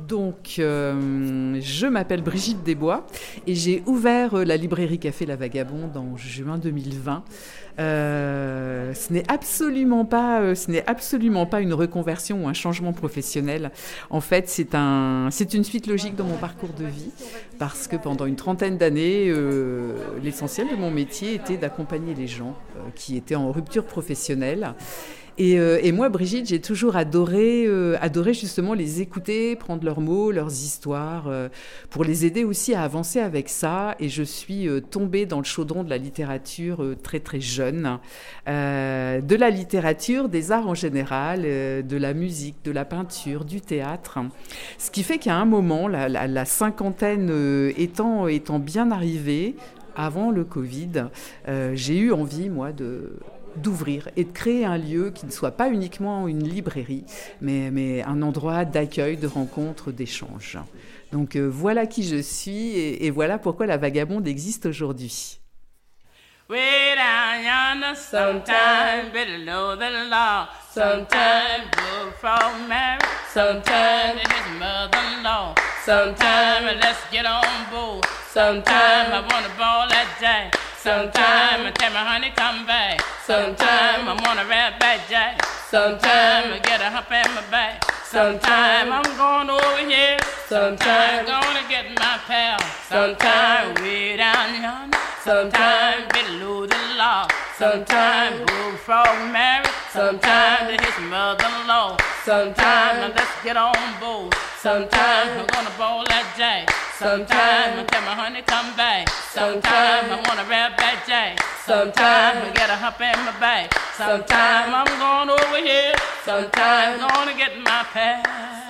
Donc, je m'appelle Brigitte Desbois et j'ai ouvert la librairie Café La Vagabonde en juin 2020. Ce n'est absolument pas une reconversion ou un changement professionnel. En fait, c'est une suite logique dans mon parcours de vie parce que pendant une trentaine d'années, l'essentiel de mon métier était d'accompagner les gens qui étaient en rupture professionnelle. Et moi, Brigitte, j'ai toujours adoré justement les écouter, prendre leurs mots, leurs histoires, pour les aider aussi à avancer avec ça. Et je suis tombée dans le chaudron de la littérature très très jeune, de la littérature, des arts en général, de la musique, de la peinture, du théâtre. Ce qui fait qu'à un moment, la cinquantaine étant bien arrivée, avant le Covid, j'ai eu envie, moi, d'ouvrir et de créer un lieu qui ne soit pas uniquement une librairie, mais un endroit d'accueil, de rencontre, d'échange. Donc voilà qui je suis et voilà pourquoi La Vagabonde existe aujourd'hui. Way down yonder, sometime below the law, sometime bullfrog married, sometime his mother-in-law, sometime let's get on board, sometime I wanna ball that jack, sometime I tell my honey come back, sometime I wanna rap that jack, sometime I get a hump in my back, sometime I'm going over here, sometime gonna get my pal, sometime way down yonder, sometime below the law, sometime bullfrog married, sometime to his mother-in-law, sometime let's get on board, sometime I'm gonna ball that jack, sometime I tell my honey come back, sometime I wanna rap that jack, sometime I get a hump in my back, sometime I'm going over here, sometime gonna get my pal.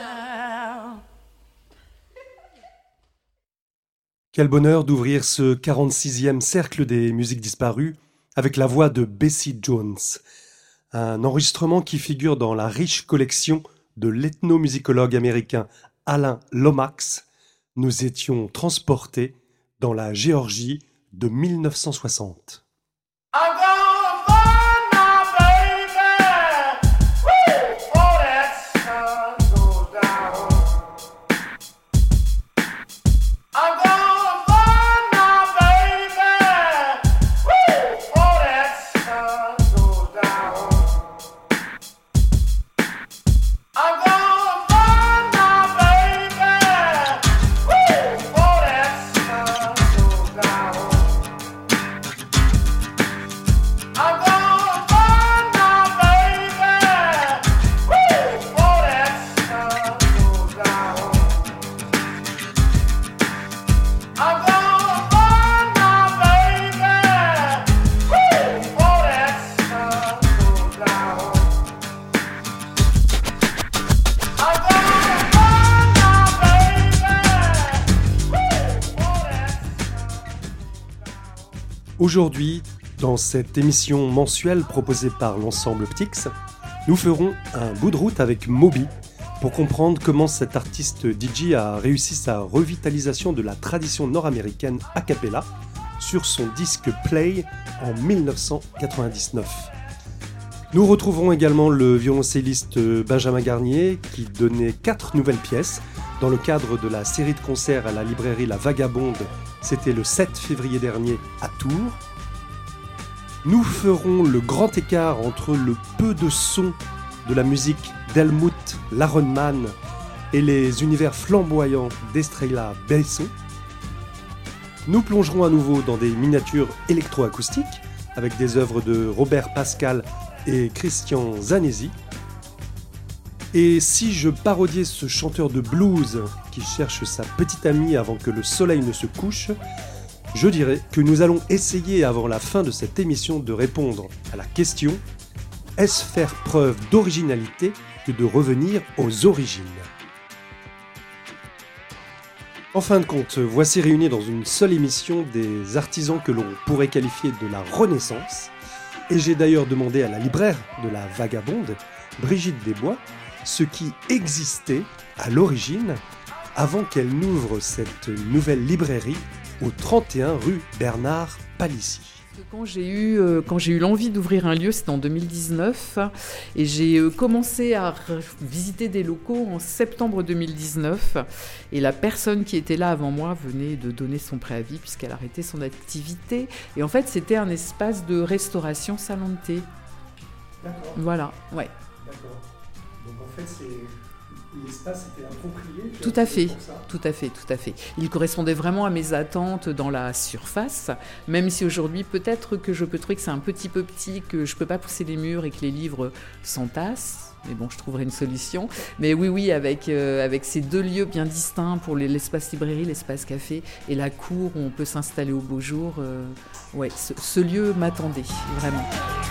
Quel bonheur d'ouvrir ce 46e cercle des musiques disparues avec la voix de Bessie Jones, un enregistrement qui figure dans la riche collection de l'ethnomusicologue américain Alain Lomax. Nous étions transportés dans la Géorgie de 1960. Aujourd'hui, dans cette émission mensuelle proposée par l'ensemble Ptix, nous ferons un bout de route avec Moby pour comprendre comment cet artiste DJ a réussi sa revitalisation de la tradition nord-américaine a cappella sur son disque Play en 1999. Nous retrouverons également le violoncelliste Benjamin Garnier qui donnait 4 nouvelles pièces dans le cadre de la série de concerts à la librairie La Vagabonde. C'était le 7 février dernier à Tours. Nous ferons le grand écart entre le peu de son de la musique d'Helmut Laronman et les univers flamboyants d'Estrella Besson. Nous plongerons à nouveau dans des miniatures électroacoustiques avec des œuvres de Robert Pascal et Christian Zanesi. Et si je parodiais ce chanteur de blues qui cherche sa petite amie avant que le soleil ne se couche, je dirais que nous allons essayer avant la fin de cette émission de répondre à la question « Est-ce faire preuve d'originalité que de revenir aux origines ?» En fin de compte, voici réunis dans une seule émission des artisans que l'on pourrait qualifier de la Renaissance, et j'ai d'ailleurs demandé à la libraire de La Vagabonde, Brigitte Desbois, ce qui existait à l'origine avant qu'elle n'ouvre cette nouvelle librairie au 31 rue Bernard Palissy. Quand j'ai eu l'envie d'ouvrir un lieu, c'était en 2019, et j'ai commencé à visiter des locaux en septembre 2019, et la personne qui était là avant moi venait de donner son préavis puisqu'elle arrêtait son activité, et en fait c'était un espace de restauration salon de thé. D'accord. Voilà, ouais. D'accord. Donc en fait, l'espace était approprié. Tout à fait, tout à fait, tout à fait. Il correspondait vraiment à mes attentes dans la surface, même si aujourd'hui peut-être que je peux trouver que c'est un petit peu petit, que je peux pas pousser les murs et que les livres s'entassent. Mais bon, je trouverai une solution. Mais oui, avec ces deux lieux bien distincts pour l'espace librairie, l'espace café et la cour où on peut s'installer au beau jour, ce lieu m'attendait vraiment.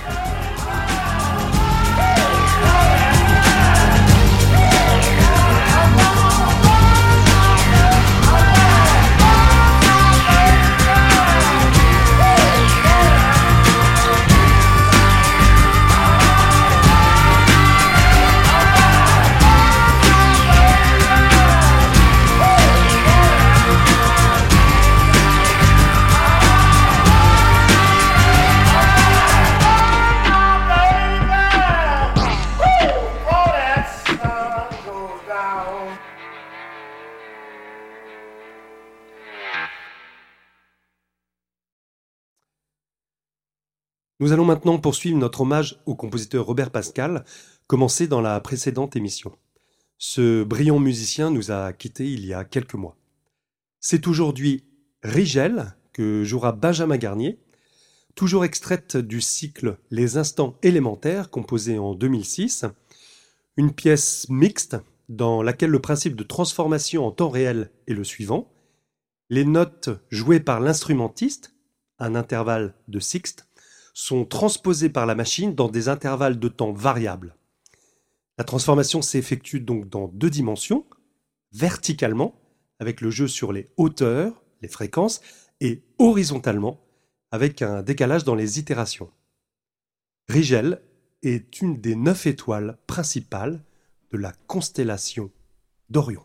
Nous allons maintenant poursuivre notre hommage au compositeur Robert Pascal, commencé dans la précédente émission. Ce brillant musicien nous a quittés il y a quelques mois. C'est aujourd'hui Rigel que jouera Benjamin Garnier, toujours extraite du cycle Les Instants élémentaires, composé en 2006, une pièce mixte dans laquelle le principe de transformation en temps réel est le suivant. Les notes jouées par l'instrumentiste, un intervalle de sixte, sont transposées par la machine dans des intervalles de temps variables. La transformation s'effectue donc dans 2 dimensions, verticalement, avec le jeu sur les hauteurs, les fréquences, et horizontalement, avec un décalage dans les itérations. Rigel est une des 9 étoiles principales de la constellation d'Orion.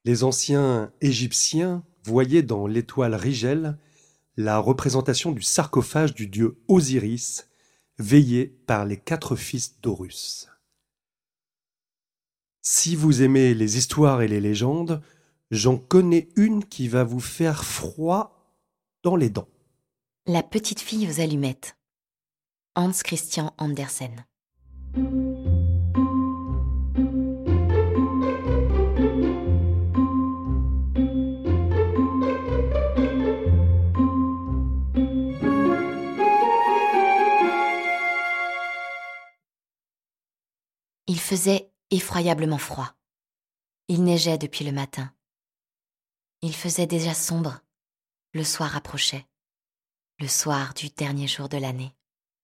Les anciens Égyptiens voyaient dans l'étoile Rigel la représentation du sarcophage du dieu Osiris, veillé par les 4 fils d'Horus. Si vous aimez les histoires et les légendes, j'en connais une qui va vous faire froid dans les dents. La petite fille aux allumettes. Hans Christian Andersen. Il faisait effroyablement froid. Il neigeait depuis le matin. Il faisait déjà sombre. Le soir approchait. Le soir du dernier jour de l'année.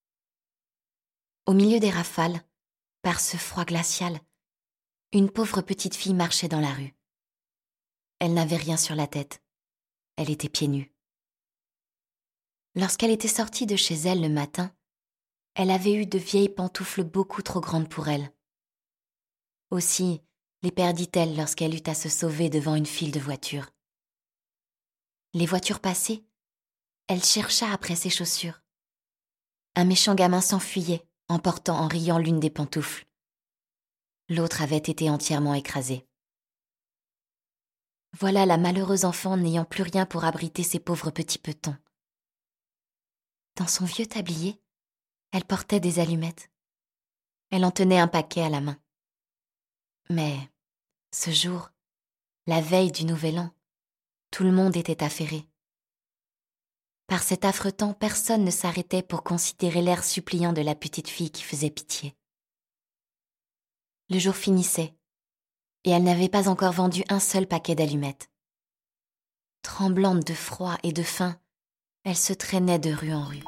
Au milieu des rafales, par ce froid glacial, une pauvre petite fille marchait dans la rue. Elle n'avait rien sur la tête. Elle était pieds nus. Lorsqu'elle était sortie de chez elle le matin, elle avait eu de vieilles pantoufles beaucoup trop grandes pour elle. Aussi les perdit-elle lorsqu'elle eut à se sauver devant une file de voitures. Les voitures passées, elle chercha après ses chaussures. Un méchant gamin s'enfuyait, emportant en riant l'une des pantoufles. L'autre avait été entièrement écrasée. Voilà la malheureuse enfant n'ayant plus rien pour abriter ses pauvres petits petons. Dans son vieux tablier, elle portait des allumettes. Elle en tenait un paquet à la main. Mais, ce jour, la veille du Nouvel An, tout le monde était affairé. Par cet affreux temps, personne ne s'arrêtait pour considérer l'air suppliant de la petite fille qui faisait pitié. Le jour finissait, et elle n'avait pas encore vendu un seul paquet d'allumettes. Tremblante de froid et de faim, elle se traînait de rue en rue.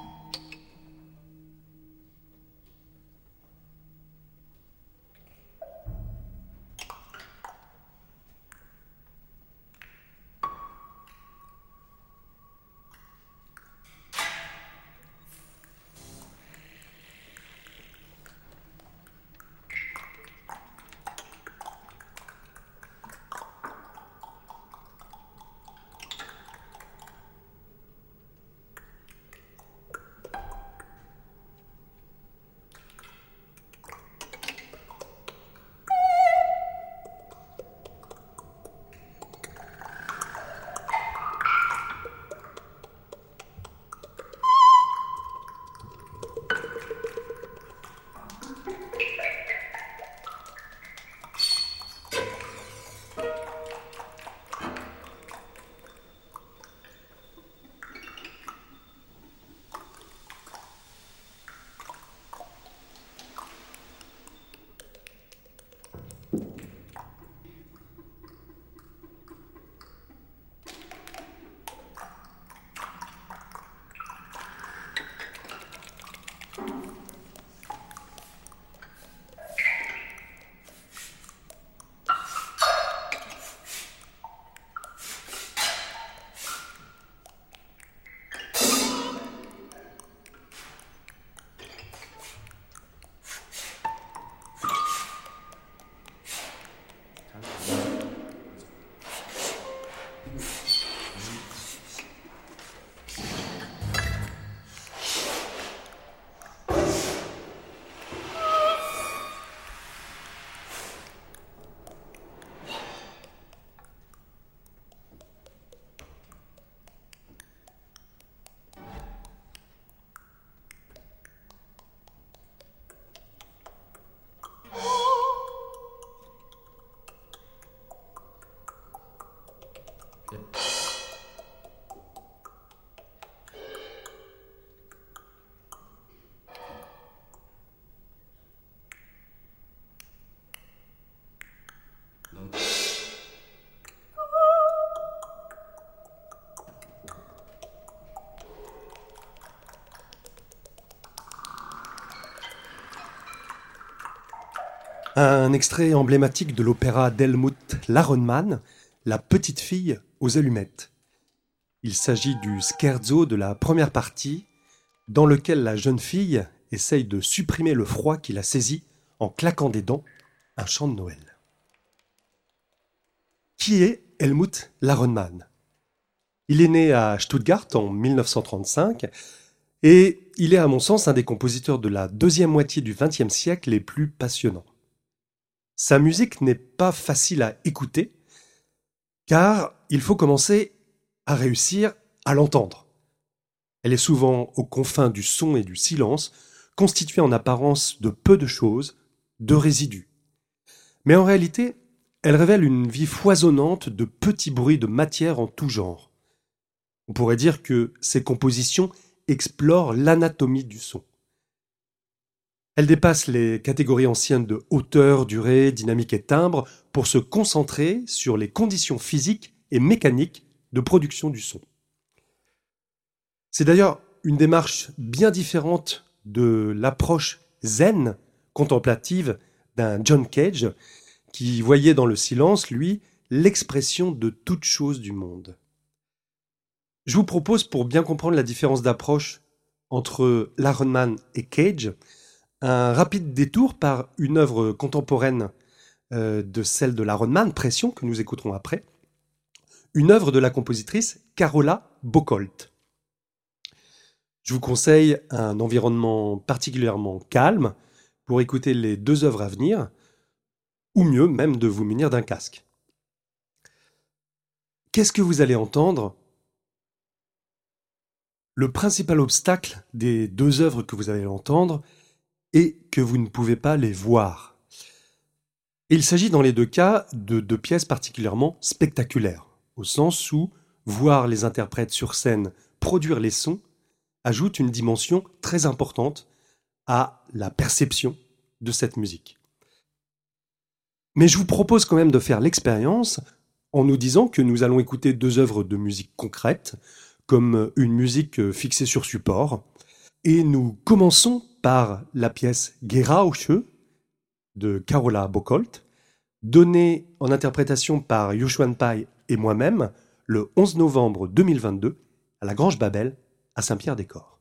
Un extrait emblématique de l'opéra d'Helmut Larenmann, La petite fille aux allumettes. Il s'agit du scherzo de la première partie, dans lequel la jeune fille essaye de supprimer le froid qui la saisit en claquant des dents, un chant de Noël. Qui est Helmut Laronman? Il est né à Stuttgart en 1935 et il est à mon sens un des compositeurs de la deuxième moitié du XXe siècle les plus passionnants. Sa musique n'est pas facile à écouter car il faut commencer à réussir à l'entendre. Elle est souvent aux confins du son et du silence, constituée en apparence de peu de choses, de résidus. Mais en réalité, elle révèle une vie foisonnante de petits bruits de matière en tout genre. On pourrait dire que ses compositions explorent l'anatomie du son. Elle dépasse les catégories anciennes de hauteur, durée, dynamique et timbre pour se concentrer sur les conditions physiques et mécaniques de production du son. C'est d'ailleurs une démarche bien différente de l'approche zen, contemplative d'un John Cage, qui voyait dans le silence, lui, l'expression de toute chose du monde. Je vous propose, pour bien comprendre la différence d'approche entre Laronman et Cage, un rapide détour par une œuvre contemporaine de celle de Laronman, Pression, que nous écouterons après, une œuvre de la compositrice Carola Bockholt. Je vous conseille un environnement particulièrement calme pour écouter les deux œuvres à venir, ou mieux même de vous munir d'un casque. Qu'est-ce que vous allez entendre ? Le principal obstacle des deux œuvres que vous allez entendre est que vous ne pouvez pas les voir. Et il s'agit dans les deux cas de deux pièces particulièrement spectaculaires, au sens où voir les interprètes sur scène produire les sons ajoute une dimension très importante à la perception de cette musique. Mais je vous propose quand même de faire l'expérience en nous disant que nous allons écouter deux œuvres de musique concrètes, comme une musique fixée sur support. Et nous commençons par la pièce Gerauche de Carola Bockholt, donnée en interprétation par Yuxuan Pai et moi-même le 11 novembre 2022 à la Grange Babel à Saint-Pierre-des-Corps.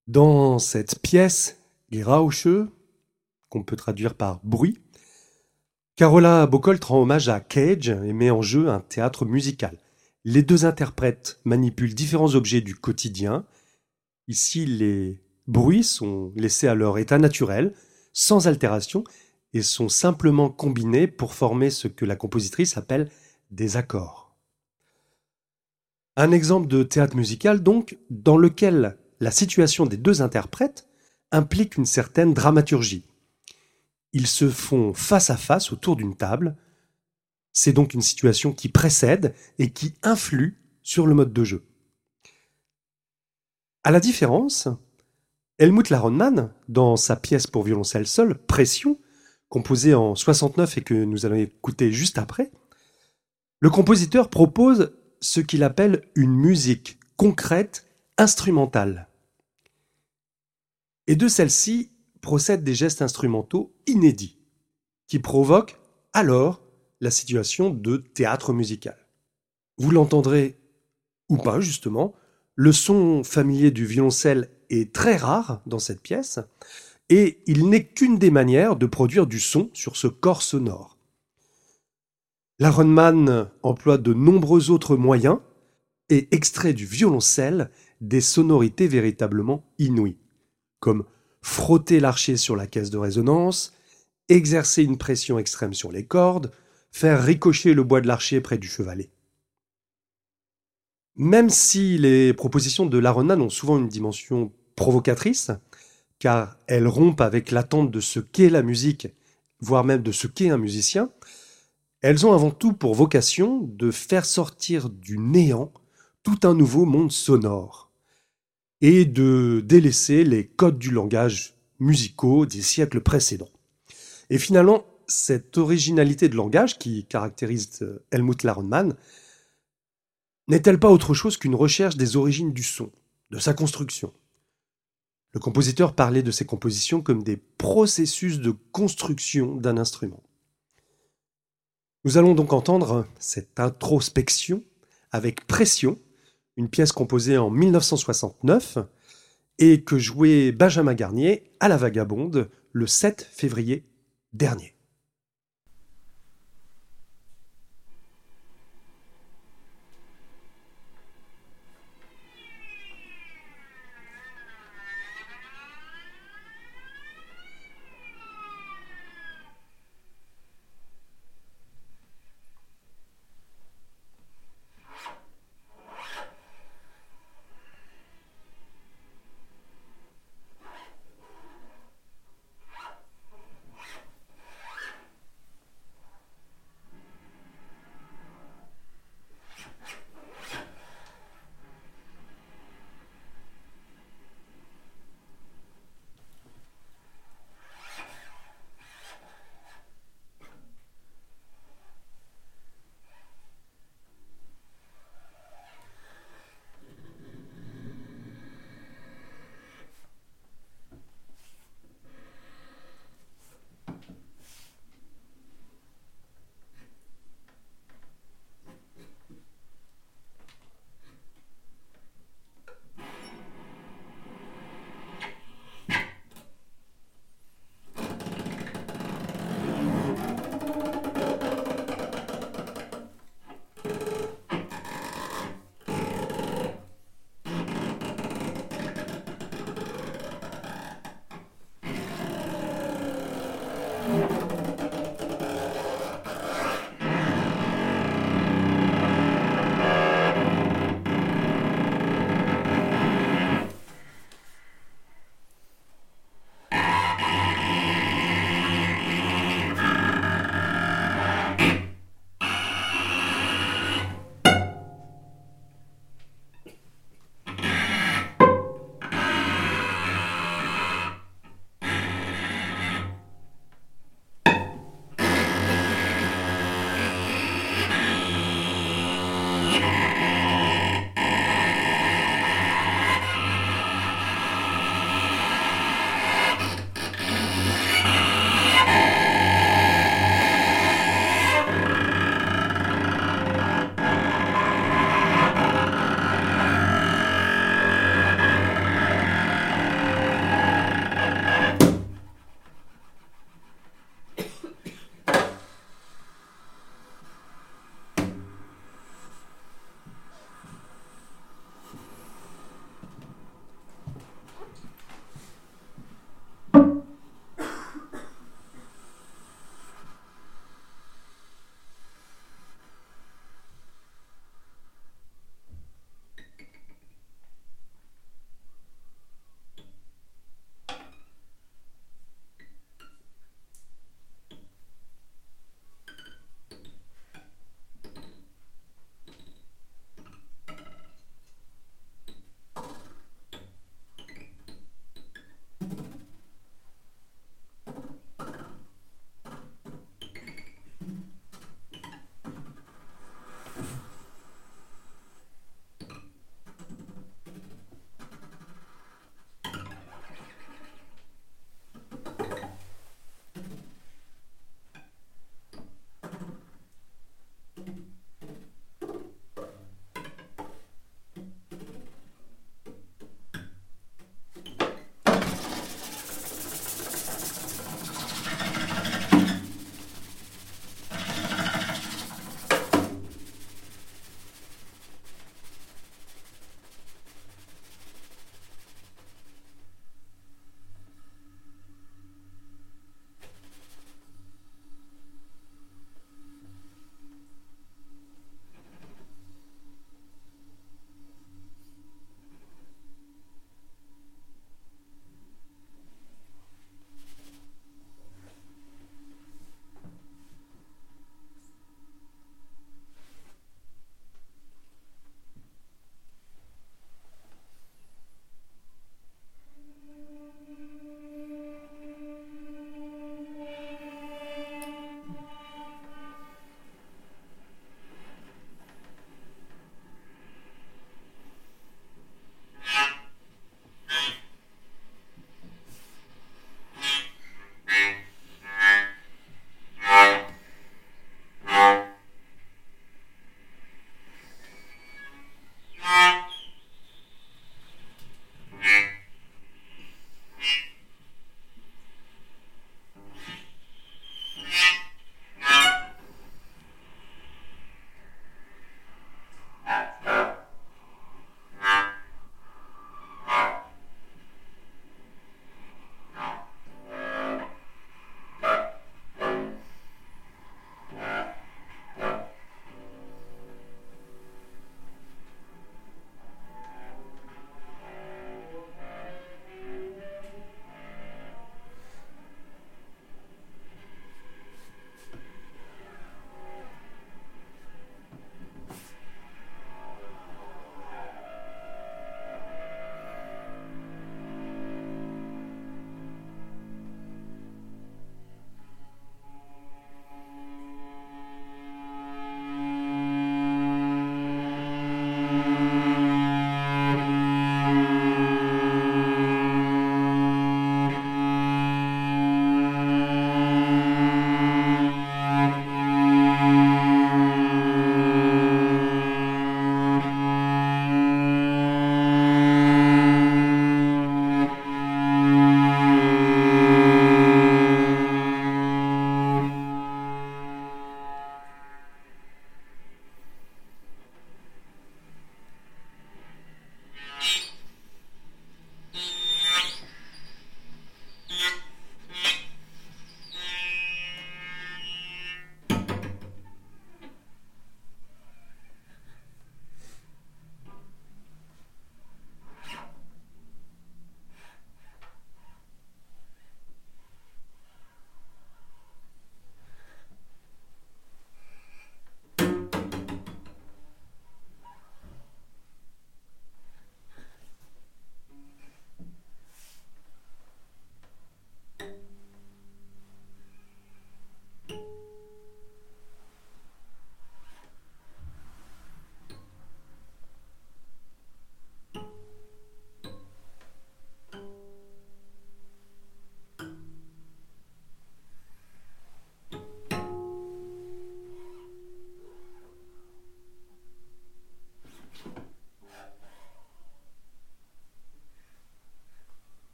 Dans cette pièce, Geräusche, qu'on peut traduire par bruit, Carola Bocolt rend hommage à Cage et met en jeu un théâtre musical. Les deux interprètes manipulent différents objets du quotidien. Ici, les bruits sont laissés à leur état naturel, sans altération, et sont simplement combinés pour former ce que la compositrice appelle des accords. Un exemple de théâtre musical, donc, dans lequel la situation des deux interprètes implique une certaine dramaturgie. Ils se font face à face autour d'une table. C'est donc une situation qui précède et qui influe sur le mode de jeu. À la différence, Helmut Laronman, dans sa pièce pour violoncelle seul, Pression, composée en 69 et que nous allons écouter juste après, le compositeur propose ce qu'il appelle une musique concrète, instrumentale. Et de celle-ci procèdent des gestes instrumentaux inédits, qui provoquent alors la situation de théâtre musical. Vous l'entendrez ou pas justement, le son familier du violoncelle est très rare dans cette pièce, et il n'est qu'une des manières de produire du son sur ce corps sonore. Laronman emploie de nombreux autres moyens et extrait du violoncelle des sonorités véritablement inouïes, comme frotter l'archet sur la caisse de résonance, exercer une pression extrême sur les cordes, faire ricocher le bois de l'archet près du chevalet. Même si les propositions de Laronman ont souvent une dimension provocatrice, car elles rompent avec l'attente de ce qu'est la musique, voire même de ce qu'est un musicien, elles ont avant tout pour vocation de faire sortir du néant tout un nouveau monde sonore et de délaisser les codes du langage musicaux des siècles précédents. Et finalement, cette originalité de langage qui caractérise Helmut Laronman n'est-elle pas autre chose qu'une recherche des origines du son, de sa construction ? Le compositeur parlait de ses compositions comme des processus de construction d'un instrument. Nous allons donc entendre cette introspection avec Pression, une pièce composée en 1969 et que jouait Benjamin Garnier à la Vagabonde le 7 février dernier.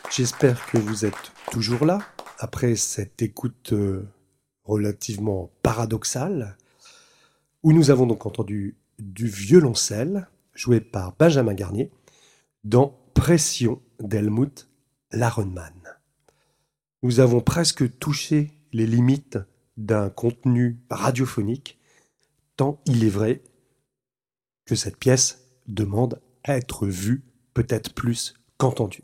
J'espère que vous êtes toujours là, après cette écoute relativement paradoxale, où nous avons donc entendu du violoncelle, joué par Benjamin Garnier, dans Pression d'Helmut Larenmann. Nous avons presque touché les limites d'un contenu radiophonique, tant il est vrai que cette pièce demande à être vue, peut-être plus qu'entendue.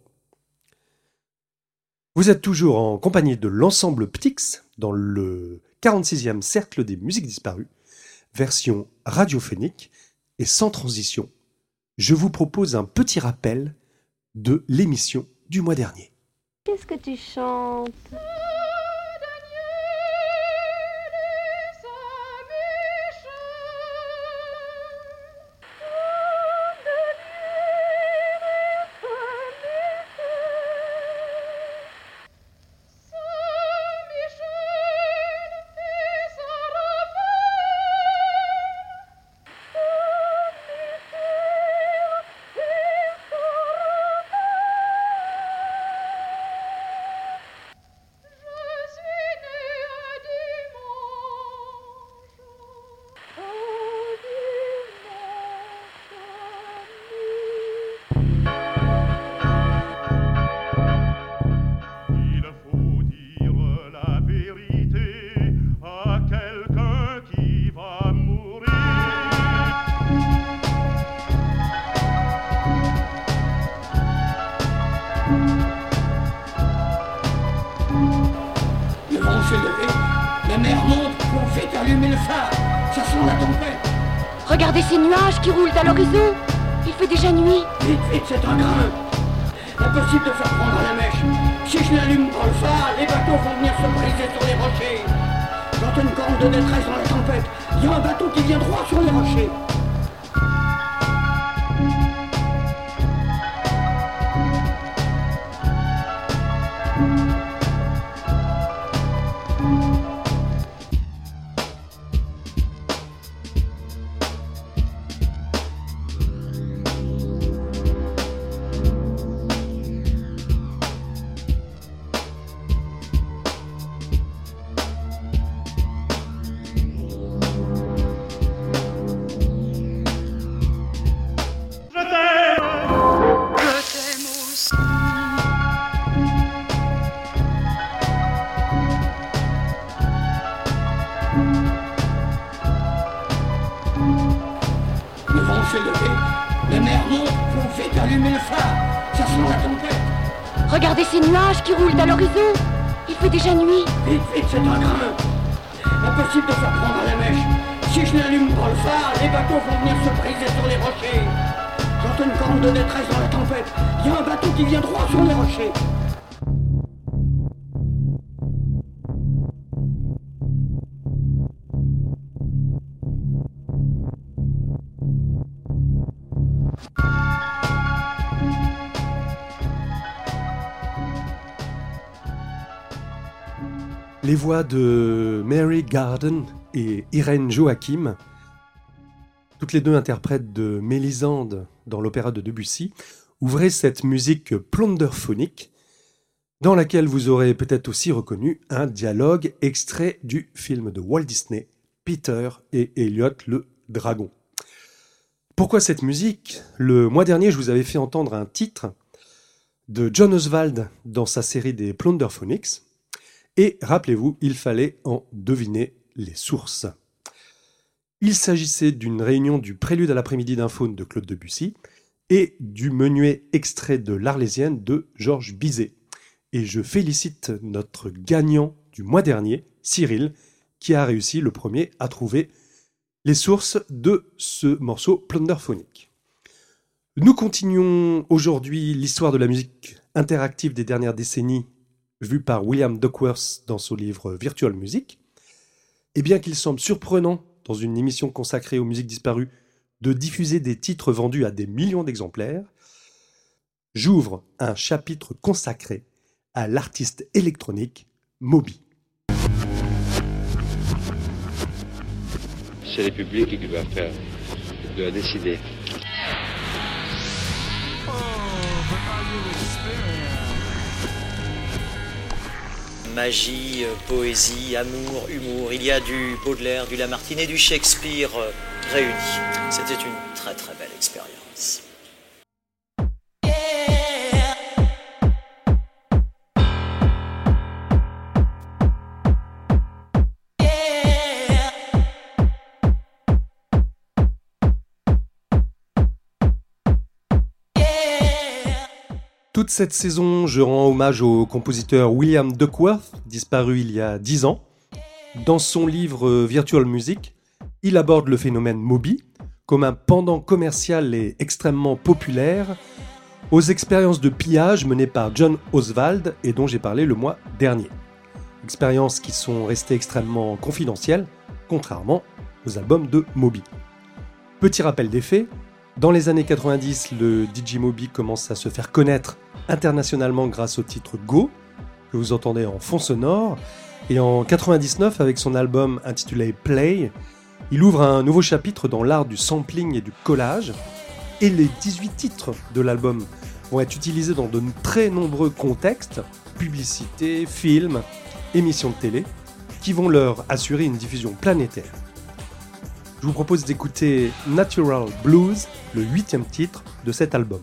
Vous êtes toujours en compagnie de l'ensemble Ptix dans le 46e Cercle des musiques disparues, version radiophonique et sans transition. Je vous propose un petit rappel de l'émission du mois dernier. Qu'est-ce que tu chantes ? Regardez ces nuages qui roulent à l'horizon. Il fait déjà nuit. Vite, vite, c'est un grain. Impossible de faire prendre la mèche. Si je n'allume pas le phare, les bateaux vont venir se briser sur les rochers. Quand une corne de détresse dans la tempête, il y a un bateau qui vient droit sur les rochers. Regardez ces nuages qui roulent à l'horizon. Il fait déjà nuit. Vite, vite, c'est un grain. Impossible de faire prendre la mèche. Si je n'allume pas le phare, les bateaux vont venir se briser sur les rochers. Quand une corne de détresse dans la tempête, il y a un bateau qui vient droit sur les rochers. Les voix de Mary Garden et Irène Joachim, toutes les deux interprètes de Mélisande dans l'opéra de Debussy, ouvraient cette musique plonderphonique dans laquelle vous aurez peut-être aussi reconnu un dialogue extrait du film de Walt Disney, Peter et Elliot le Dragon. Pourquoi cette musique ? Le mois dernier, je vous avais fait entendre un titre de John Oswald dans sa série des Plonderphonics. Et rappelez-vous, il fallait en deviner les sources. Il s'agissait d'une réunion du Prélude à l'après-midi d'un faune de Claude Debussy et du menuet extrait de l'Arlésienne de Georges Bizet. Et je félicite notre gagnant du mois dernier, Cyril, qui a réussi le premier à trouver les sources de ce morceau plonderphonique. Nous continuons aujourd'hui l'histoire de la musique interactive des dernières décennies vue par William Duckworth dans son livre Virtual Music. Et bien qu'il semble surprenant, dans une émission consacrée aux musiques disparues, de diffuser des titres vendus à des millions d'exemplaires, j'ouvre un chapitre consacré à l'artiste électronique Moby. C'est le public qui doit faire, qui doit décider. magie, poésie, amour, humour. Il y a du Baudelaire, du Lamartine et du Shakespeare réunis. C'était une très très belle expérience. Toute cette saison, je rends hommage au compositeur William Duckworth, disparu il y a 10 ans. Dans son livre Virtual Music, il aborde le phénomène Moby comme un pendant commercial et extrêmement populaire aux expériences de pillage menées par John Oswald et dont j'ai parlé le mois dernier. Expériences qui sont restées extrêmement confidentielles, contrairement aux albums de Moby. Petit rappel des faits, dans les années 90, le DJ Moby commence à se faire connaître internationalement grâce au titre Go, que vous entendez en fond sonore, et en 99, avec son album intitulé Play, il ouvre un nouveau chapitre dans l'art du sampling et du collage, et les 18 titres de l'album vont être utilisés dans de très nombreux contextes, publicités, films, émissions de télé, qui vont leur assurer une diffusion planétaire. Je vous propose d'écouter Natural Blues, le 8e titre de cet album.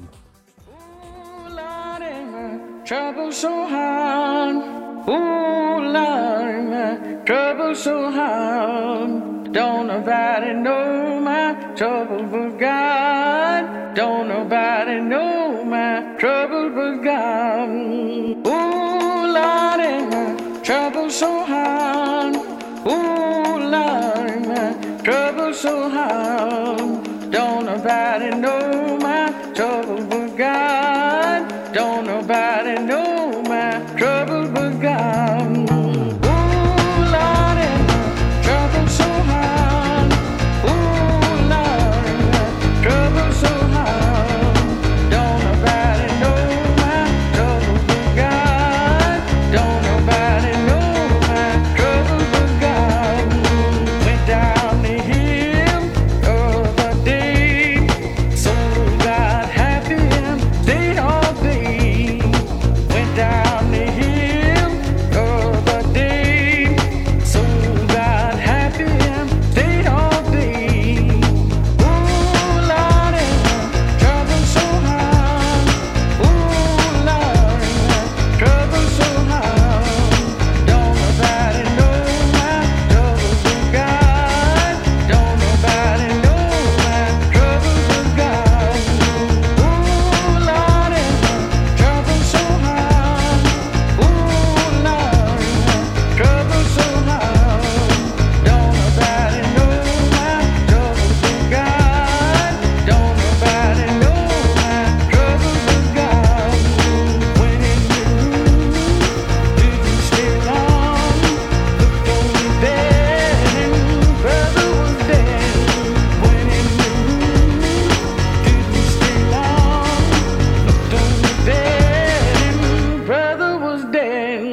Trouble so hard, ooh Lord, my trouble so hard. Don't nobody know my trouble but God. Don't nobody know my trouble but God. Ooh Lord, my trouble so hard, ooh Lord, my trouble so hard. Don't nobody know my trouble but God. Don't nobody know my trouble but God. Ooh, Lordy, my trouble so hard. Ooh, Lordy, my trouble so hard. Don't nobody know my trouble but God. Don't nobody know my trouble but God. Went down the hill the other day, so got happy and stayed all day. Down the hill the other day, so got happy and stayed all day. Ooh, Lordy, my trouble so hard. Ooh, Lordy, my trouble so hard. Don't nobody know my trouble but God. Don't nobody know my trouble but God. Ooh, Lordy, my trouble so hard. Trouble so hard, don't nobody know my trouble but God. Don't nobody know my trouble but God. When in the room, didn't stay long. Looked on me dead and brother was dead. When in the room, didn't stay long. Looked on me dead and brother was dead.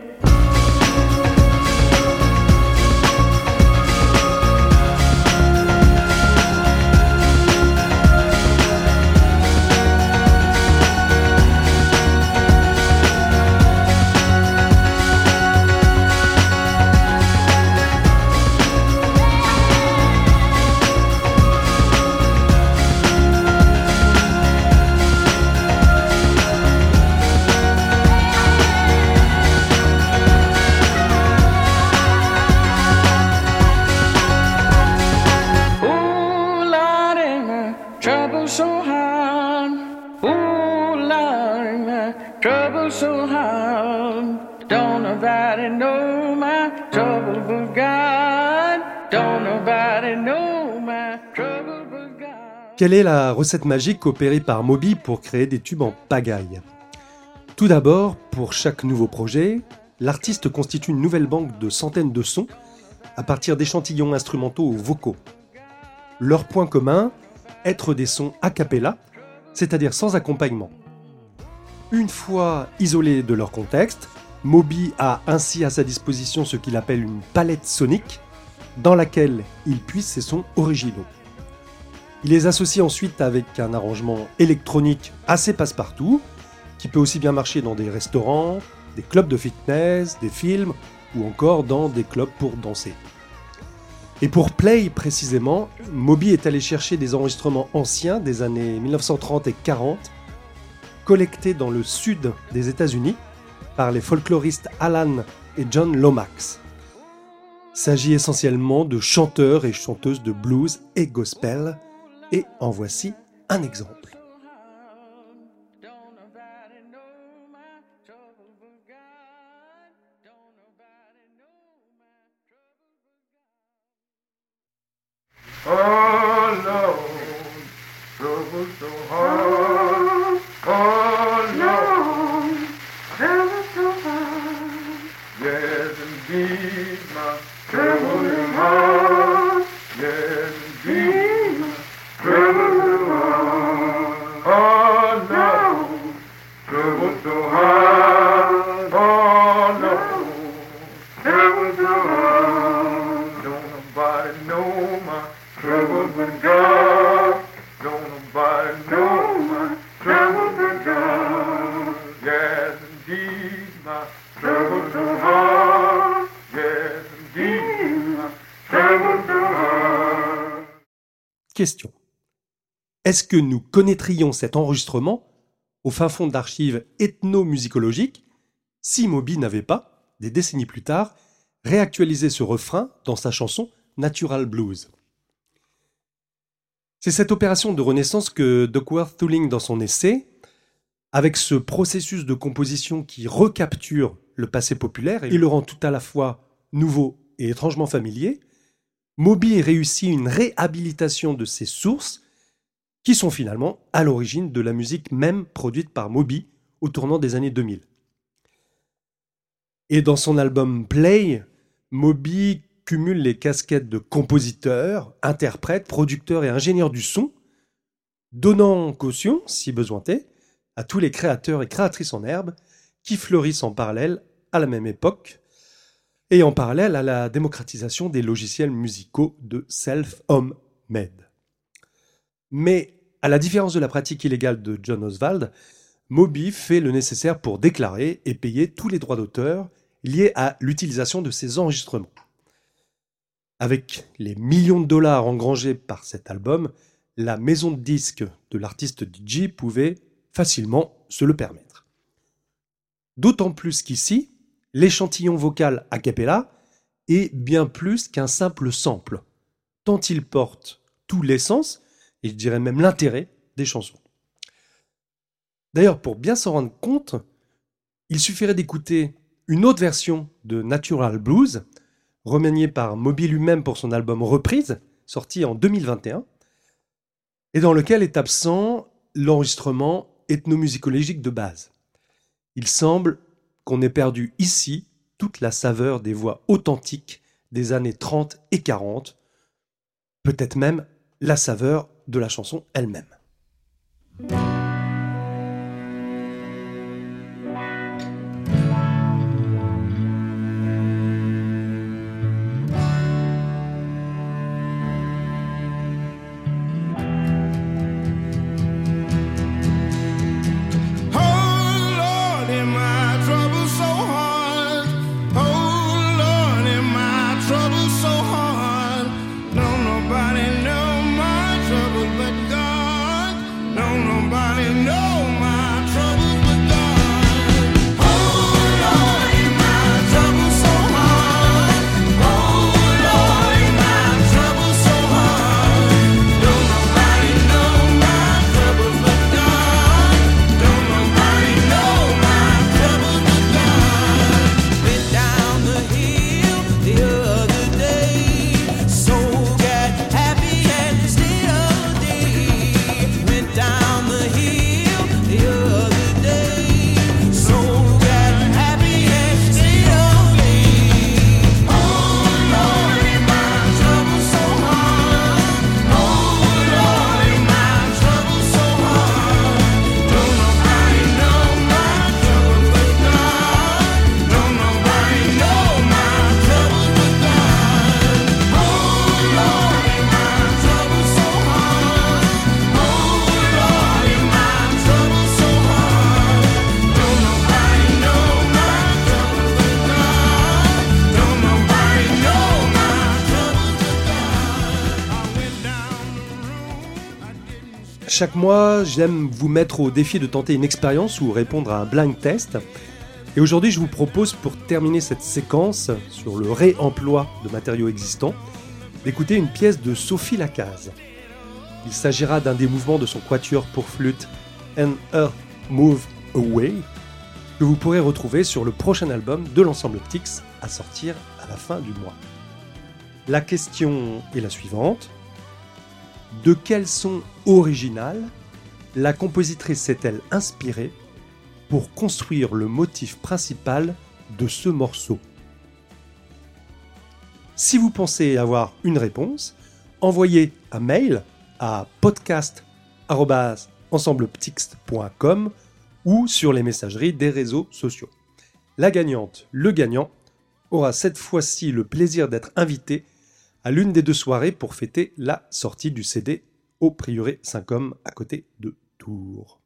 Trouble so hard, ooh Lord, my trouble so hard. Don't nobody know my trouble but God. Don't nobody know my trouble but God. Quelle est la recette magique opérée par Moby pour créer des tubes en pagaille ? Tout d'abord, pour chaque nouveau projet, l'artiste constitue une nouvelle banque de centaines de sons à partir d'échantillons instrumentaux ou vocaux. Leur point commun, être des sons a cappella, c'est-à-dire sans accompagnement. Une fois isolés de leur contexte, Moby a ainsi à sa disposition ce qu'il appelle une palette sonique, dans laquelle il puise ses sons originaux. Il les associe ensuite avec un arrangement électronique assez passe-partout, qui peut aussi bien marcher dans des restaurants, des clubs de fitness, des films ou encore dans des clubs pour danser. Et pour Play précisément, Moby est allé chercher des enregistrements anciens des années 1930 et 40, collectés dans le sud des États-Unis par les folkloristes Alan et John Lomax. Il s'agit essentiellement de chanteurs et chanteuses de blues et gospel, et en voici un exemple. Oh Lord, trouble so hard. Oh Lord, trouble so hard. Yes, indeed, my trouble is hard. Yes, indeed, my trouble is hard. Oh Lord, trouble so hard. Oh Lord, trouble so hard. Don't nobody know my trouble with God. Don't nobody know my trouble with God. Yes, indeed, my trouble so hard. Yes, indeed, my trouble so hard. Question. Est-ce que nous connaîtrions cet enregistrement au fin fond d'archives ethnomusicologiques si Moby n'avait pas, des décennies plus tard, réactualisé ce refrain dans sa chanson Natural Blues? C'est cette opération de renaissance que Duckworth souligne dans son essai, avec ce processus de composition qui recapture le passé populaire et le rend tout à la fois nouveau et étrangement familier. Moby réussit une réhabilitation de ses sources qui sont finalement à l'origine de la musique même produite par Moby au tournant des années 2000. Et dans son album Play, Moby cumule les casquettes de compositeur, interprète, producteur et ingénieur du son, donnant caution, si besoin est, à tous les créateurs et créatrices en herbe qui fleurissent en parallèle à la même époque et en parallèle à la démocratisation des logiciels musicaux de self-made. Mais à la différence de la pratique illégale de John Oswald, Moby fait le nécessaire pour déclarer et payer tous les droits d'auteur liés à l'utilisation de ses enregistrements. Avec les millions de dollars engrangés par cet album, la maison de disques de l'artiste DJ pouvait facilement se le permettre. D'autant plus qu'ici, l'échantillon vocal a cappella est bien plus qu'un simple sample, tant il porte tout l'essence, et je dirais même l'intérêt des chansons. D'ailleurs, pour bien s'en rendre compte, il suffirait d'écouter une autre version de Natural Blues, remaniée par Moby lui-même pour son album Reprise, sorti en 2021, et dans lequel est absent l'enregistrement ethnomusicologique de base. Il semble qu'on ait perdu ici toute la saveur des voix authentiques des années 30 et 40, peut-être même la saveur de la chanson elle-même. Happy Chaque mois, j'aime vous mettre au défi de tenter une expérience ou répondre à un blind test. Et aujourd'hui, je vous propose, pour terminer cette séquence sur le réemploi de matériaux existants, d'écouter une pièce de Sophie Lacaze. Il s'agira d'un des mouvements de son quatuor pour flûte And Earth Move Away, que vous pourrez retrouver sur le prochain album de l'ensemble Ptix à sortir à la fin du mois. La question est la suivante. De quel son original la compositrice s'est-elle inspirée pour construire le motif principal de ce morceau ? Si vous pensez avoir une réponse, envoyez un mail à podcast@ensembleptix.com ou sur les messageries des réseaux sociaux. La gagnante, le gagnant, aura cette fois-ci le plaisir d'être invité à l'une des 2 soirées pour fêter la sortie du CD au Prieuré Saint-Côme à côté de Tours.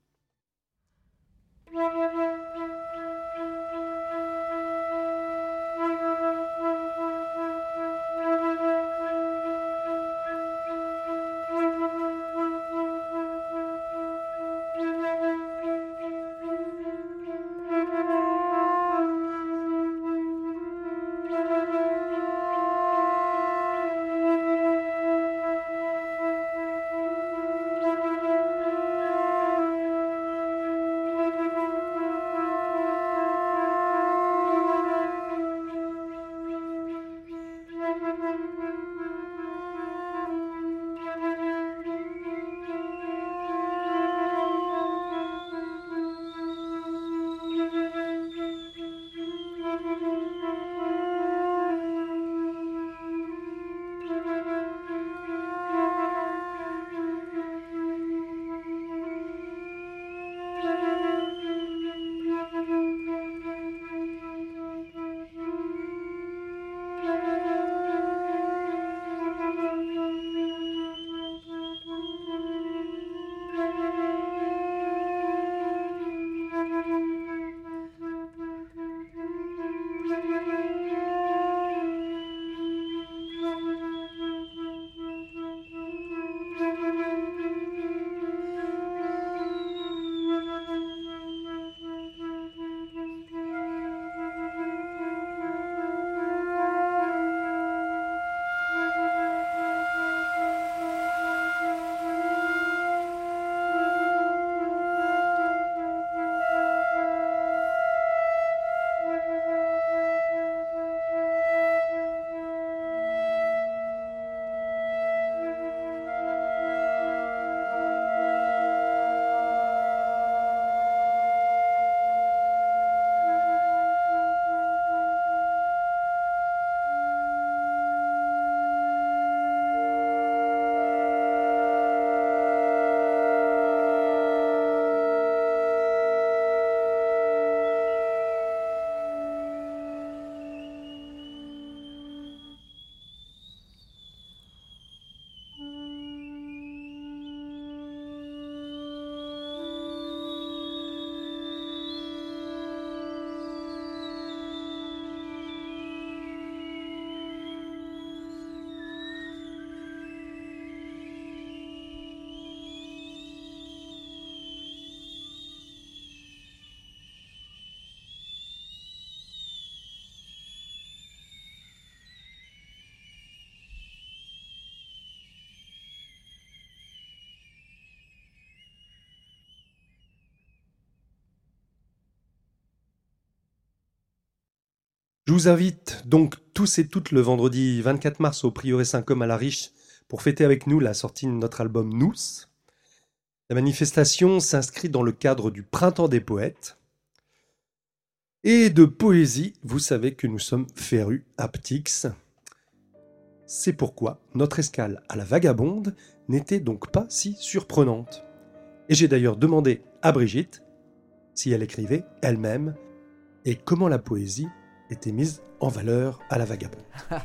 Je vous invite donc tous et toutes le vendredi 24 mars au Prieuré Saint-Côme à La Riche pour fêter avec nous la sortie de notre album Nous. La manifestation s'inscrit dans le cadre du Printemps des poètes. Et de poésie, vous savez que nous sommes férus à Ptix. C'est pourquoi notre escale à la Vagabonde n'était donc pas si surprenante. Et j'ai d'ailleurs demandé à Brigitte si elle écrivait elle-même et comment la poésie était mise en valeur à la Vagabonde.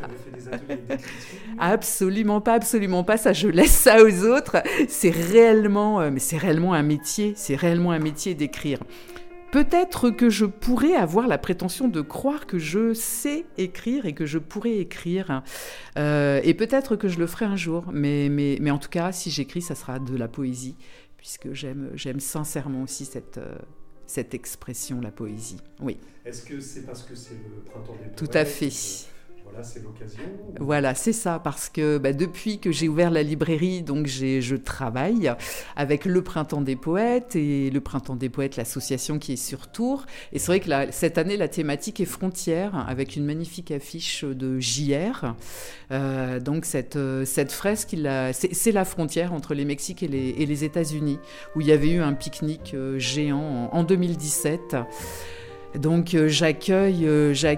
Absolument pas, ça je laisse ça aux autres. C'est réellement un métier, d'écrire. Peut-être que je pourrais avoir la prétention de croire que je sais écrire et que je pourrais écrire. Et peut-être que je le ferai un jour. Mais en tout cas, si j'écris, ça sera de la poésie. puisque j'aime sincèrement aussi cette expression, la poésie. Oui. Est-ce que c'est parce que c'est le printemps des poètes ? Tout à fait. Voilà, c'est l'occasion. Voilà, c'est ça, parce que depuis que j'ai ouvert la librairie, donc je travaille avec le Printemps des Poètes et le Printemps des Poètes, l'association qui est sur Tours. Et c'est vrai que cette année, la thématique est frontière, avec une magnifique affiche de JR. Donc cette fresque, c'est la frontière entre les Mexiques et les États-Unis, où il y avait eu un pique-nique géant en 2017. Donc j'accueille,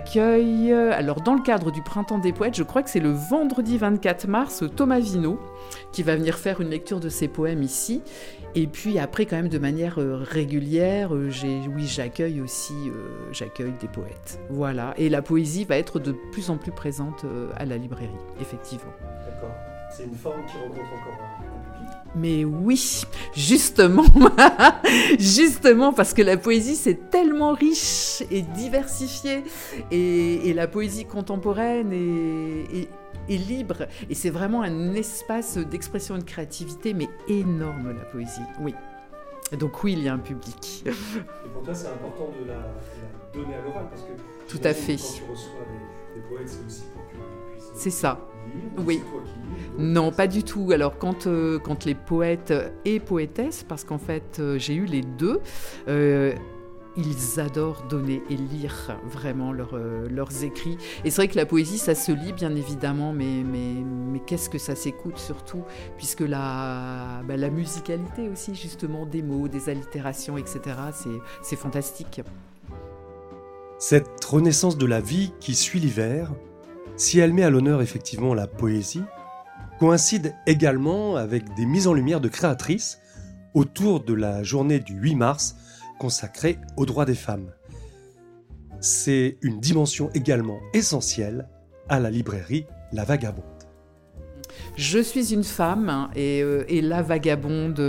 alors dans le cadre du Printemps des Poètes, je crois que c'est le vendredi 24 mars, Thomas Vino, qui va venir faire une lecture de ses poèmes ici. Et puis après, quand même, de manière régulière, j'accueille des poètes. Voilà. Et la poésie va être de plus en plus présente à la librairie, effectivement. D'accord. C'est une forme qui rencontre encore un public ? Mais oui, justement, parce que la poésie, c'est tellement riche et diversifié, et la poésie contemporaine est libre, et c'est vraiment un espace d'expression et de créativité, mais énorme, la poésie, oui. Donc oui, il y a un public. Et pour toi, c'est important de la donner à l'oral, parce que tout à fait. Quand tu reçois des poètes, c'est aussi pour qu'ils puissent... C'est ça. Lire, oui. C'est toi qui lis, non, pas du tout. Alors, quand les poètes et poétesses, parce qu'en fait, j'ai eu les deux, ils adorent donner et lire vraiment leurs écrits. Et c'est vrai que la poésie, ça se lit, bien évidemment, mais qu'est-ce que ça s'écoute surtout, puisque la musicalité aussi, justement, des mots, des allitérations, etc., c'est fantastique. Cette renaissance de la vie qui suit l'hiver, si elle met à l'honneur effectivement la poésie, coïncide également avec des mises en lumière de créatrices autour de la journée du 8 mars consacrée aux droits des femmes. C'est une dimension également essentielle à la librairie La Vagabonde. Je suis une femme et La Vagabonde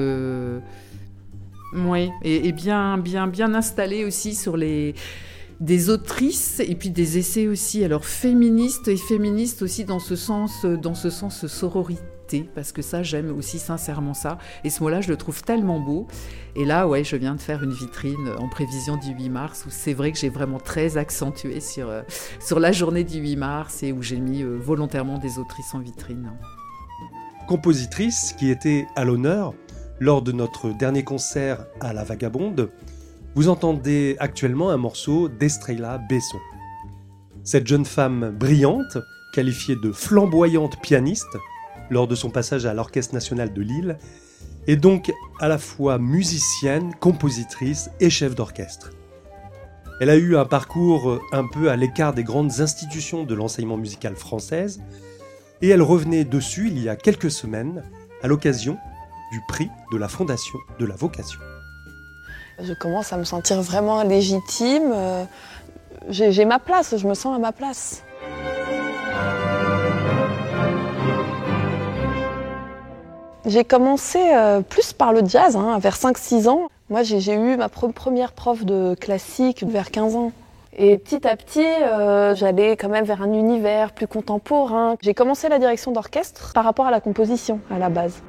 est bien installée aussi sur des autrices et puis des essais aussi, alors féministes aussi dans ce sens sororité, parce que ça, j'aime aussi sincèrement ça, et ce mot-là, je le trouve tellement beau. Et là, je viens de faire une vitrine en prévision du 8 mars, où c'est vrai que j'ai vraiment très accentué sur la journée du 8 mars, et où j'ai mis volontairement des autrices en vitrine. Compositrice qui était à l'honneur lors de notre dernier concert à La Vagabonde, vous entendez actuellement un morceau d'Estrella Besson. Cette jeune femme brillante, qualifiée de flamboyante pianiste lors de son passage à l'Orchestre national de Lille, est donc à la fois musicienne, compositrice et chef d'orchestre. Elle a eu un parcours un peu à l'écart des grandes institutions de l'enseignement musical française, et elle revenait dessus il y a quelques semaines à l'occasion du prix de la Fondation de la Vocation. Je commence à me sentir vraiment légitime. J'ai ma place, je me sens à ma place. J'ai commencé plus par le jazz, vers 5-6 ans. Moi, j'ai eu ma première prof de classique vers 15 ans. Et petit à petit, j'allais quand même vers un univers plus contemporain. J'ai commencé la direction d'orchestre par rapport à la composition, à la base.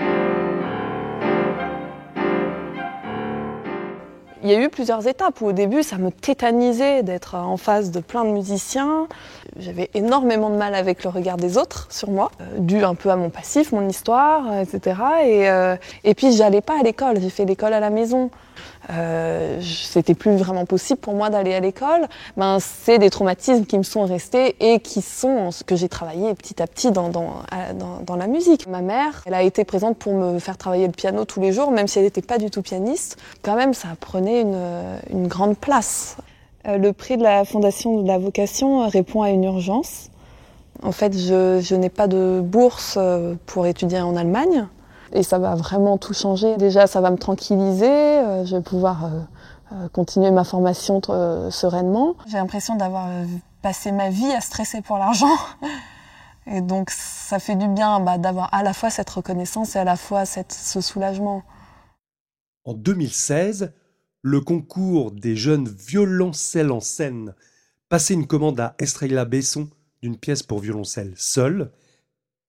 Il y a eu plusieurs étapes où au début ça me tétanisait d'être en face de plein de musiciens. J'avais énormément de mal avec le regard des autres sur moi, dû un peu à mon passif, mon histoire, etc. Et puis j'allais pas à l'école, j'ai fait l'école à la maison. C'était plus vraiment possible pour moi d'aller à l'école. C'est des traumatismes qui me sont restés et qui sont ce que j'ai travaillé petit à petit dans la musique. Ma mère, elle a été présente pour me faire travailler le piano tous les jours, même si elle n'était pas du tout pianiste. Quand même, ça prenait une grande place. Le prix de la Fondation de la Vocation répond à une urgence. En fait, je n'ai pas de bourse pour étudier en Allemagne. Et ça va vraiment tout changer. Déjà, ça va me tranquilliser, je vais pouvoir continuer ma formation sereinement. J'ai l'impression d'avoir passé ma vie à stresser pour l'argent. Et donc, ça fait du bien d'avoir à la fois cette reconnaissance et à la fois ce soulagement. En 2016, le concours des jeunes violoncelles en scène passait une commande à Estrella Besson d'une pièce pour violoncelle seule.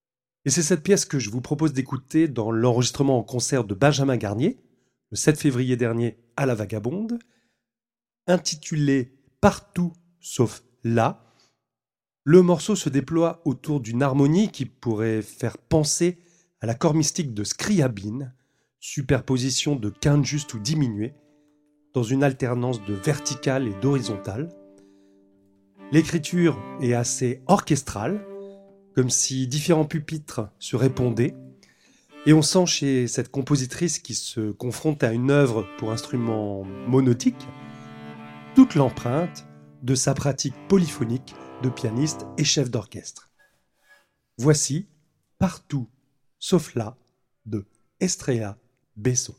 Et c'est cette pièce que je vous propose d'écouter dans l'enregistrement en concert de Benjamin Garnier, le 7 février dernier à la Vagabonde, intitulée « Partout sauf là ». Le morceau se déploie autour d'une harmonie qui pourrait faire penser à l'accord mystique de Scriabine, superposition de quintes justes ou diminuées, dans une alternance de verticale et d'horizontale. L'écriture est assez orchestrale, comme si différents pupitres se répondaient, et on sent chez cette compositrice qui se confronte à une œuvre pour instruments monotiques toute l'empreinte de sa pratique polyphonique de pianiste et chef d'orchestre. Voici Partout sauf là de Estrella Besson.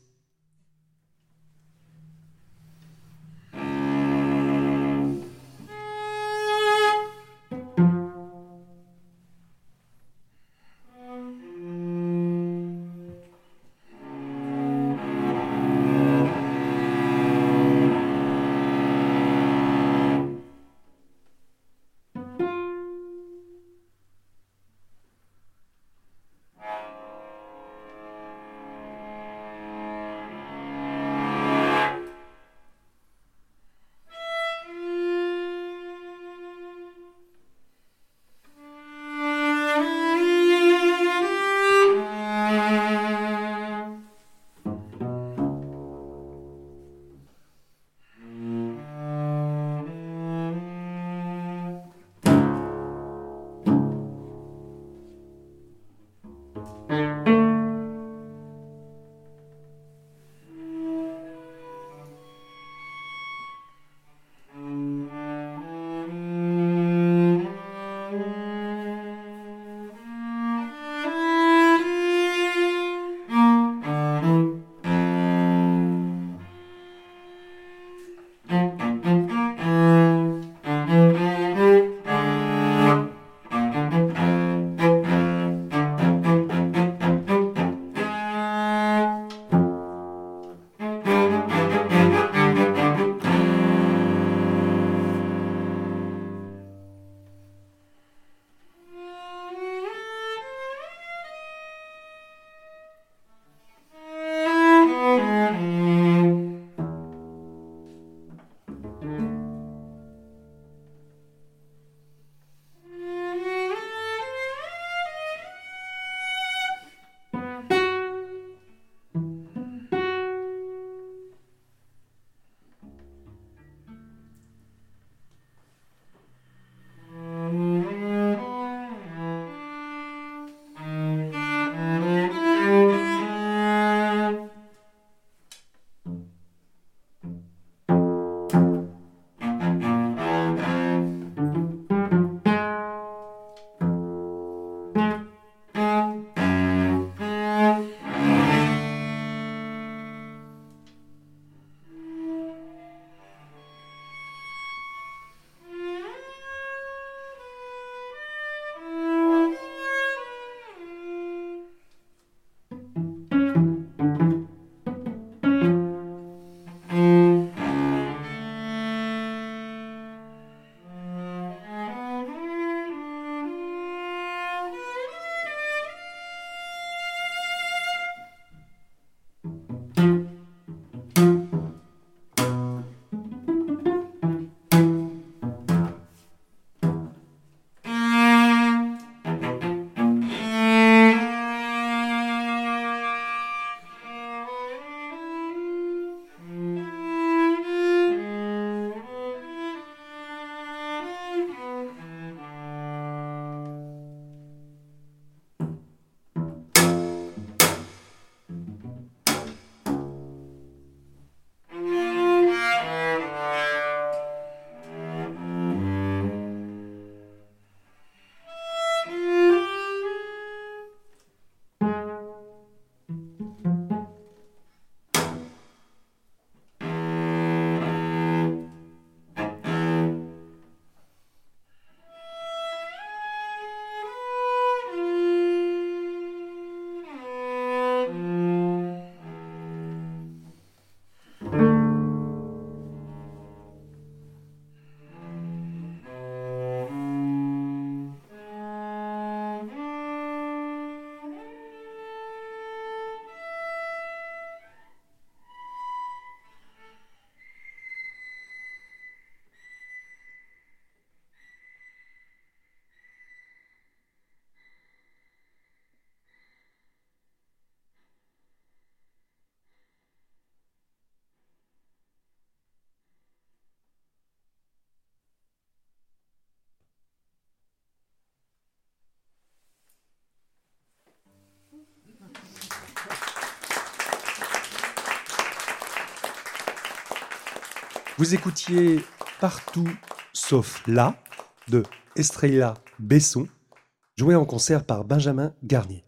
Vous écoutiez Partout sauf là de Estrella Besson, joué en concert par Benjamin Garnier.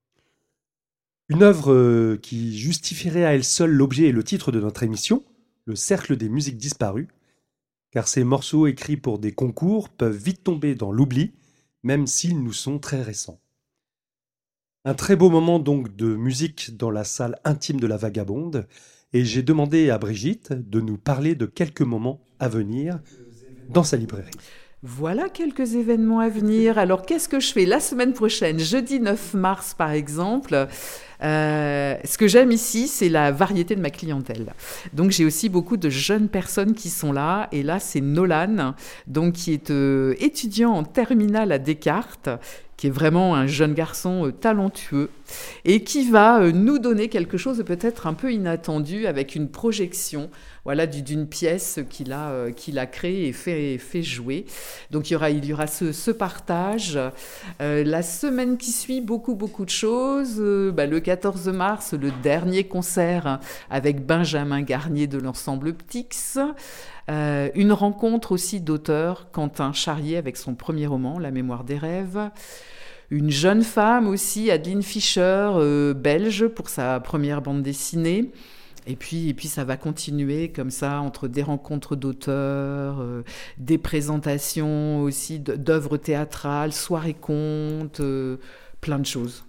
Une œuvre qui justifierait à elle seule l'objet et le titre de notre émission, le Cercle des musiques disparues, car ces morceaux écrits pour des concours peuvent vite tomber dans l'oubli, même s'ils nous sont très récents. Un très beau moment donc de musique dans la salle intime de la Vagabonde, et j'ai demandé à Brigitte de nous parler de quelques moments à venir dans sa librairie. Voilà quelques événements à venir. Alors, qu'est-ce que je fais la semaine prochaine, jeudi 9 mars par exemple? Ce que j'aime ici, c'est la variété de ma clientèle. Donc, j'ai aussi beaucoup de jeunes personnes qui sont là. Et là, c'est Nolan, donc, qui est étudiant en terminale à Descartes, qui est vraiment un jeune garçon talentueux et qui va nous donner quelque chose de peut-être un peu inattendu avec une projection, voilà, d'une pièce qu'il a créée et fait jouer. Donc il y aura ce partage. La semaine qui suit, beaucoup de choses. Le 14 mars, le dernier concert avec Benjamin Garnier de l'ensemble Ptix. Une rencontre aussi d'auteur, Quentin Charrier, avec son premier roman, La mémoire des rêves. Une jeune femme aussi, Adeline Fischer, belge, pour sa première bande dessinée. Et puis ça va continuer comme ça, entre des rencontres d'auteurs, des présentations aussi d'œuvres théâtrales, soirées contes, plein de choses.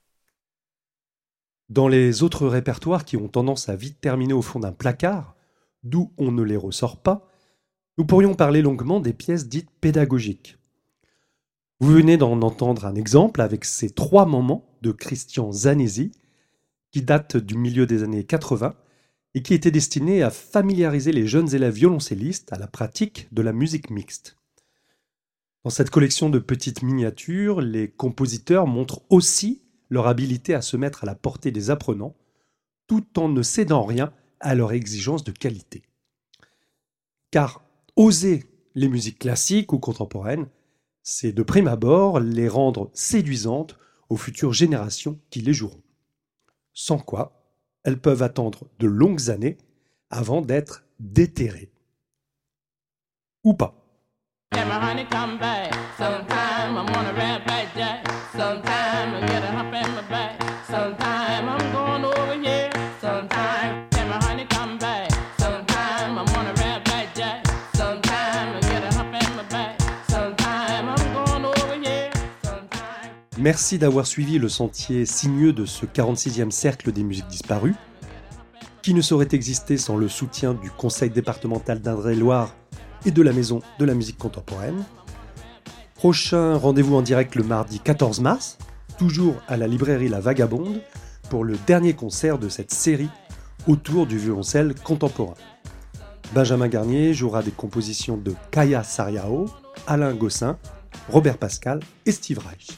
Dans les autres répertoires qui ont tendance à vite terminer au fond d'un placard, d'où on ne les ressort pas, nous pourrions parler longuement des pièces dites pédagogiques. Vous venez d'en entendre un exemple avec ces 3 moments de Christian Zanesi, qui datent du milieu des années 80 et qui étaient destinés à familiariser les jeunes élèves violoncellistes à la pratique de la musique mixte. Dans cette collection de petites miniatures, les compositeurs montrent aussi leur habilité à se mettre à la portée des apprenants, tout en ne cédant rien à leur exigence de qualité. Car oser les musiques classiques ou contemporaines, c'est de prime abord les rendre séduisantes aux futures générations qui les joueront. Sans quoi, elles peuvent attendre de longues années avant d'être déterrées. Ou pas. Merci d'avoir suivi le sentier sinueux de ce 46e cercle des musiques disparues, qui ne saurait exister sans le soutien du Conseil départemental d'Indre-et-Loire et de la Maison de la musique contemporaine. Prochain rendez-vous en direct le mardi 14 mars, toujours à la librairie La Vagabonde, pour le dernier concert de cette série autour du violoncelle contemporain. Benjamin Garnier jouera des compositions de Kaya Sariao, Alain Gossin, Robert Pascal et Steve Reich.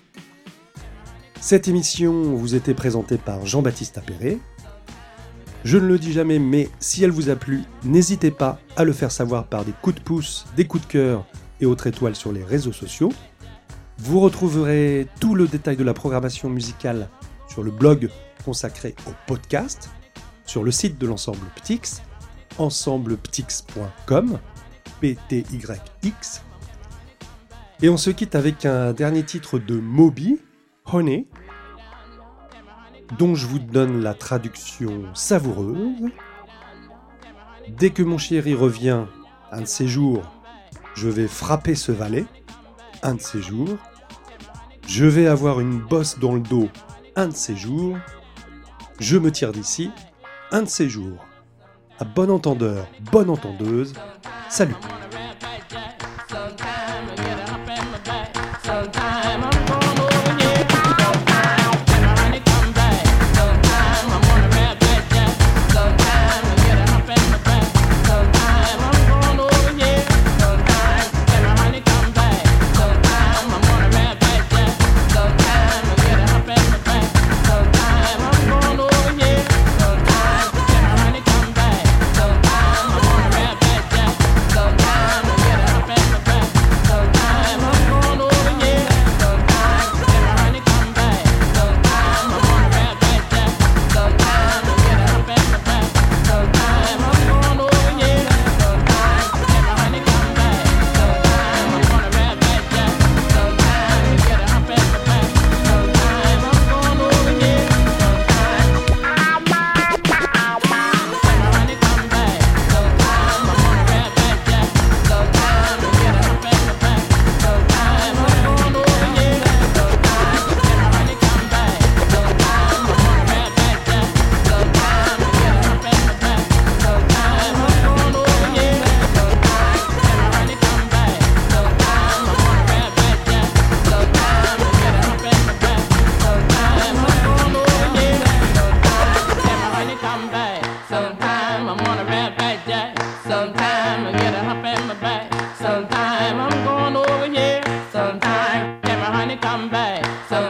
Cette émission vous était présentée par Jean-Baptiste Appéré. Je ne le dis jamais, mais si elle vous a plu, n'hésitez pas à le faire savoir par des coups de pouce, des coups de cœur et autres étoiles sur les réseaux sociaux. Vous retrouverez tout le détail de la programmation musicale sur le blog consacré au podcast, sur le site de l'ensemble Ptix, ensembleptix.com, PTYX. Et on se quitte avec un dernier titre de Moby, Honey, dont je vous donne la traduction savoureuse. Dès que mon chéri revient, un de ces jours, je vais frapper ce valet, un de ces jours. Je vais avoir une bosse dans le dos, un de ces jours. Je me tire d'ici, un de ces jours. À bon entendeur, bonne entendeuse, salut.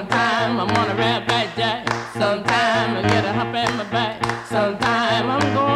Sometime I get a hump in my back. Sometime I'm going